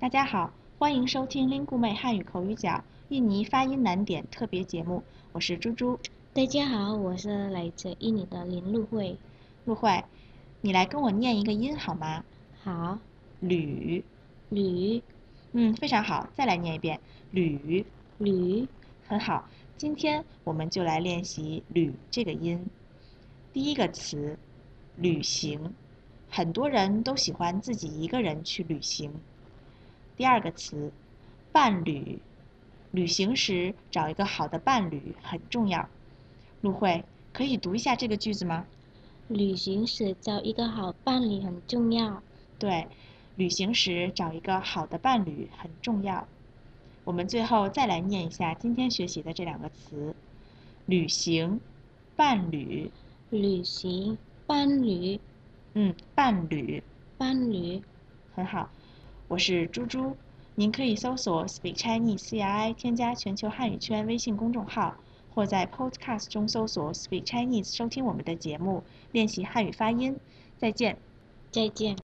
大家好，欢迎收听 Lingume 汉语口语角印尼发音难点特别节目，我是猪猪。 大家好，我是来自印尼的林路慧。 陆慧，你来跟我念一个音好吗？ 好， 铝。 驴， 非常好，再来念一遍，铝。 驴， 很好，今天我们就来练习铝这个音。第一个词，旅行，很多人都喜欢自己一个人去旅行。第二个词，伴侣，旅行时找一个好的伴侣很重要。陆慧，可以读一下这个句子吗？ 旅行时找一个好伴侣很重要。 对，旅行时找一个好的伴侣很重要。我们最后再来念一下今天学习的这两个词：旅行、伴侣。 旅行，伴侣， 伴侣。 伴侣。 很好，我是猪猪。您可以搜索 Speak Chinese CRI 添加全球汉语圈微信公众号，或在 Podcast 中搜索 Speak Chinese 收听我们的节目，练习汉语发音。再见。 再见。